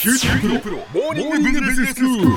九州大学モーニングビジネススクール。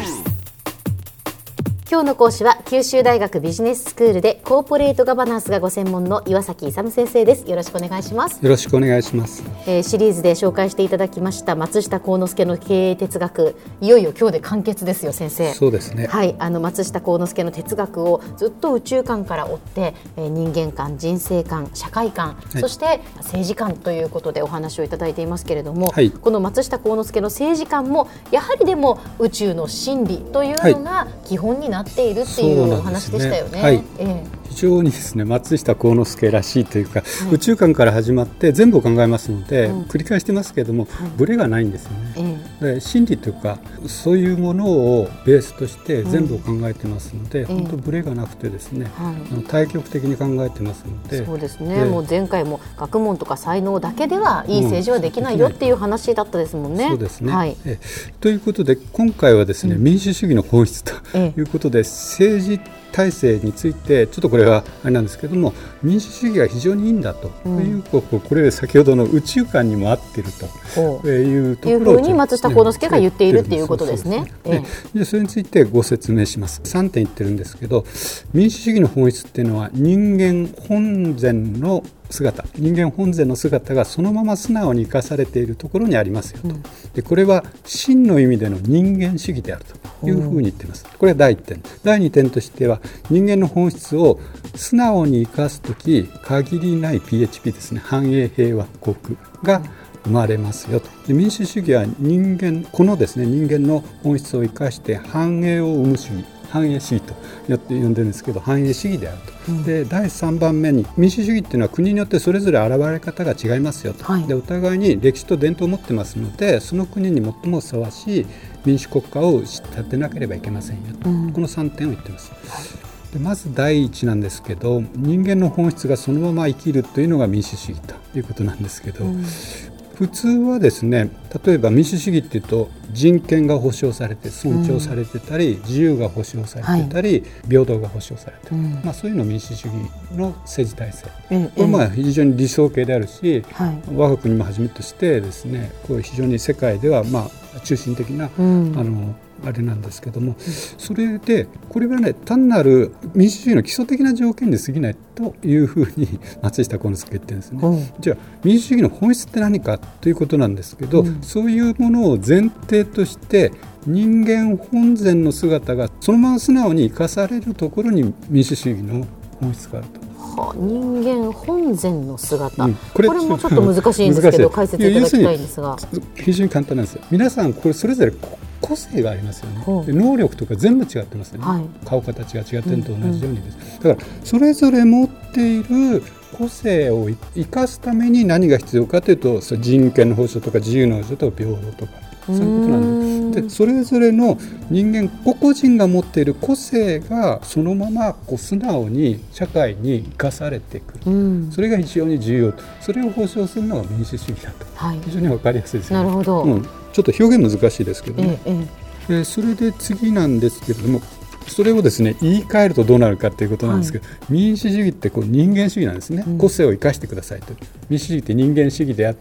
今日の講師は九州大学ビジネススクールでコーポレートガバナンスがご専門の岩崎勇先生です。よろしくお願いします。 よろしくお願いします。 シリーズで紹介していただきました松下幸之助の経営哲学、いよいよ今日で完結ですよ先生。 そうですね、 はい、松下幸之助の哲学をずっと宇宙観から追って、人間観、人生観、社会観、はい、そして政治観ということでお話をいただいていますけれども、はい、この松下幸之助の政治観もやはりでも宇宙の真理というのが基本になっているっていうお話でしたよね。はい、 非常にですね松下幸之助らしいというか、宇宙観から始まって全部を考えますので、繰り返してますけれども、ブレがないんですよね。で真理というかそういうものをベースとして全部を考えてますので、本当ブレがなくてですね、対極的に考えてますので。 そうですね、もう前回も学問とか才能だけではいい政治はできないよっていう話だったですもんね。 そうですね、はい、ということで今回はですね、民主主義の本質ということで、政治体制についてちょっとこれはあれなんですけども、民主主義が非常にいいんだという、これ先ほどの宇宙観にも合っているというところを、いうふうに松下幸之助が言っているということですね。 でそれについてご説明します。3点言ってるんですけど、民主主義の本質っていうのは人間本然の姿、人間本然の姿がそのまま素直に生かされているところにありますよと。でこれは真の意味での人間主義であるというふうに言っています。これは第1点。第2点としては、人間の本質を素直に生かすとき、限りない PHP ですね、繁栄平和国が生まれますよと。で民主主義はこのですね人間の本質を生かして繁栄を生む主義、繁栄主義と呼んでるんですけど、繁栄主義であると。で第3番目に、民主主義っていうのは国によってそれぞれ現れ方が違いますよと。でお互いに歴史と伝統を持ってますので、その国に最もふさわしい民主国家を立てなければいけませんよと、この3点を言ってます。でまず第一なんですけど、人間の本質がそのまま生きるというのが民主主義ということなんですけど、普通はですね、例えば民主主義っていうと人権が保障されて尊重されてたり、自由が保障されてたり、平等が保障されてる、そういうの民主主義の政治体制、これ非常に理想形であるし、我が国もはじめとしてですね、これ非常に世界では中心的な、あれなんですけども、それでこれはね、単なる民主主義の基礎的な条件に過ぎないというふうに松下幸之助言ってるんですね。じゃあ民主主義の本質って何かということなんですけど、そういうものを前提として人間本然の姿がそのまま素直に生かされるところに民主主義の本質があると。 人間本然の姿、これもちょっと難しいんですけど解説いただきたいんですが、 非常に簡単なんですよ。皆さんこれそれぞれ個性がありますよね。で能力とか全部違ってますよね、顔形が違ってるのと同じようにです、だからそれぞれ持っている個性を生かすために何が必要かというと、人権の保障とか自由の保障とか平等とか、そういうことなんで、それぞれの人間個々人が持っている個性がそのまま素直に社会に生かされてくる、それが非常に重要と。それを保障するのが民主主義だと、非常に分かりやすいですね。 なるほど、 ちょっと表現難しいですけどね、それで次なんですけれども、それをですね言い換えるとどうなるかということなんですけど、民主主義って人間主義なんですね。個性を生かしてくださいと。民主主義って人間主義であって、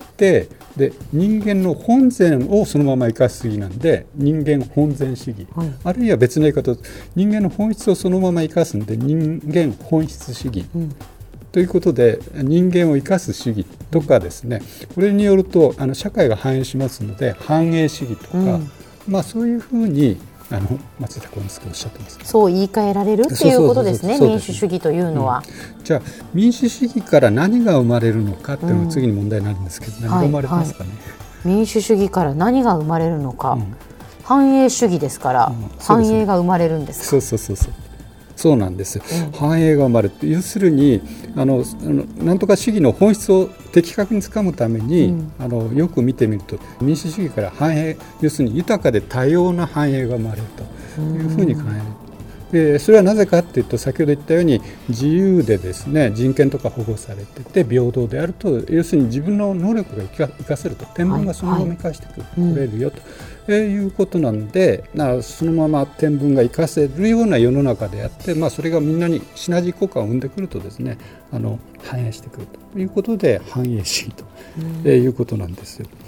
で人間の本然をそのまま生かしすぎなんで人間本然主義、あるいは別の言い方、人間の本質をそのまま生かすんで人間本質主義、ということで、人間を生かす主義とかですね、これによると社会が繁栄しますので繁栄主義とか、そういうふうに松下幸之助おっしゃってます。 そう言い換えられるっていうことですね、民主主義というのは。 じゃあ民主主義から何が生まれるのかっていうのが次に問題になるんですけど、何が生まれますかね。 民主主義から何が生まれるのか、繁栄主義ですから、繁栄が生まれるんですか。 そうなんです、繁栄が生まれる。要するになんとか主義の本質を的確につかむために、よく見てみると民主主義から繁栄、要するに豊かで多様な繁栄が生まれるというふうに考える。それはなぜかというと、先ほど言ったように自由でですね人権とか保護されてて平等であると、要するに自分の能力が生かせると、天文がそのまま生かしてくれるよということなんで、そのまま天文が生かせるような世の中であって、それがみんなにシナジー効果を生んでくるとですね、反映してくるということで繁栄主義ということなんですよ。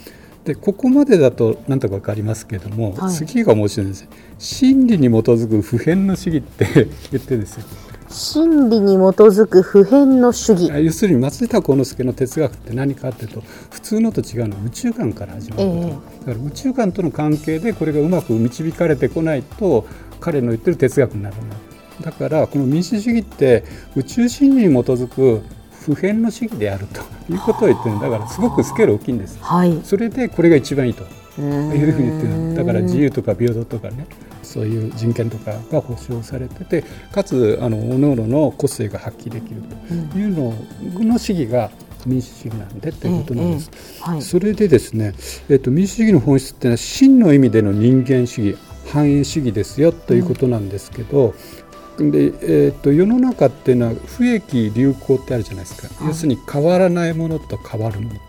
でここまでだとなんとか分かりますけれども、次が面白いんです。真理に基づく普遍の主義って言ってるんですよ。 真理に基づく普遍の主義、 要するに松下幸之助の哲学って何かっていうと、普通のと違うのは宇宙観から始まること、だから宇宙観との関係でこれがうまく導かれてこないと彼の言ってる哲学になるんだ。だからこの民主主義って宇宙真理に基づく普遍の主義であるということを言ってるんだから、すごくスケール大きいんです、それでこれが一番いいというふうに言ってる。だから自由とか平等とかね、そういう人権とかが保障されてて、かつ各々の個性が発揮できるというの主義が民主主義なんでということなんです、それでですね、民主主義の本質っていうのは真の意味での人間主義、繁栄主義ですよということなんですけど、で世の中っていうのは不益流行ってあるじゃないですか、要するに変わらないものと変わるものって、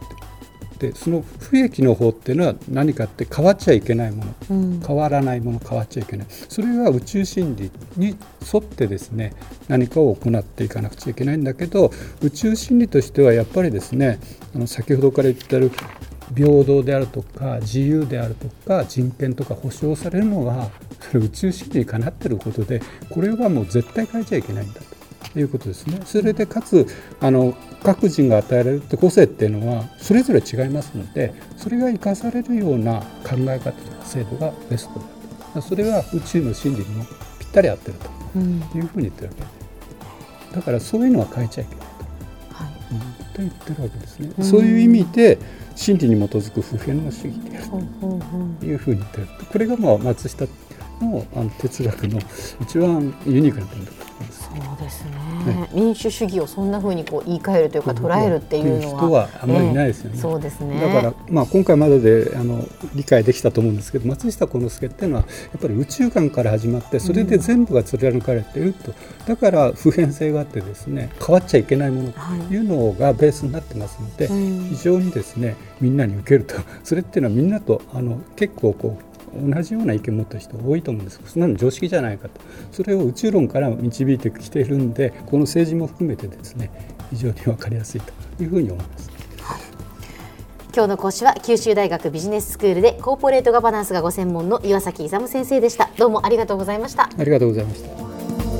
でその不益の方っていうのは何かって変わっちゃいけないもの、変わらないもの、変わっちゃいけない、それが宇宙真理に沿ってですね何かを行っていかなくちゃいけないんだけど、宇宙真理としてはやっぱりですね、先ほどから言ってる平等であるとか自由であるとか人権とか保障されるのがそれ宇宙真理にかなっていることで、これはもう絶対変えちゃいけないんだということですね。それでかつ各人が与えられるって個性っていうのはそれぞれ違いますので、それが生かされるような考え方とか制度がベストだと、それが宇宙の真理にもぴったり合ってるというふうに言ってるわけで、だからそういうのは変えちゃいけないと言ってるわけですね。そういう意味で真理に基づく普遍の主義であるというふうに言ってる。これが松下の哲学の一番ユニークな点だと思います。 そうですね、民主主義をそんなふうに言い換えるというか捉えるっていうのは人はあんまりいないですよね。 そうですね。 だから、今回までで理解できたと思うんですけど、松下幸之助っていうのはやっぱり宇宙観から始まって、それで全部が貫かれていると、だから普遍性があってですね、変わっちゃいけないものというのがベースになってますので、非常にですねみんなに受けると。それっていうのはみんなと結構同じような意見を持った人多いと思うんです。そんなの常識じゃないかと。それを宇宙論から導いてきているんで、この政治も含めてですね非常に分かりやすいというふうに思います。 今日の講師は九州大学ビジネススクールでコーポレートガバナンスがご専門の岩崎勇先生でした。どうもありがとうございました。 ありがとうございました。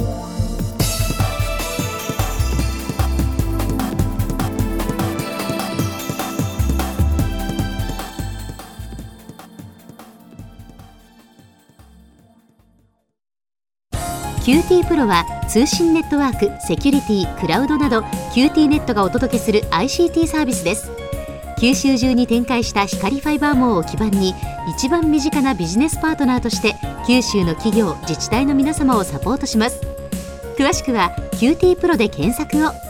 QT プロは通信ネットワーク、セキュリティ、クラウドなど QT ネットがお届けする ICT サービスです。九州中に展開した光ファイバー網を基盤に一番身近なビジネスパートナーとして九州の企業、自治体の皆様をサポートします。詳しくは QT プロで検索を。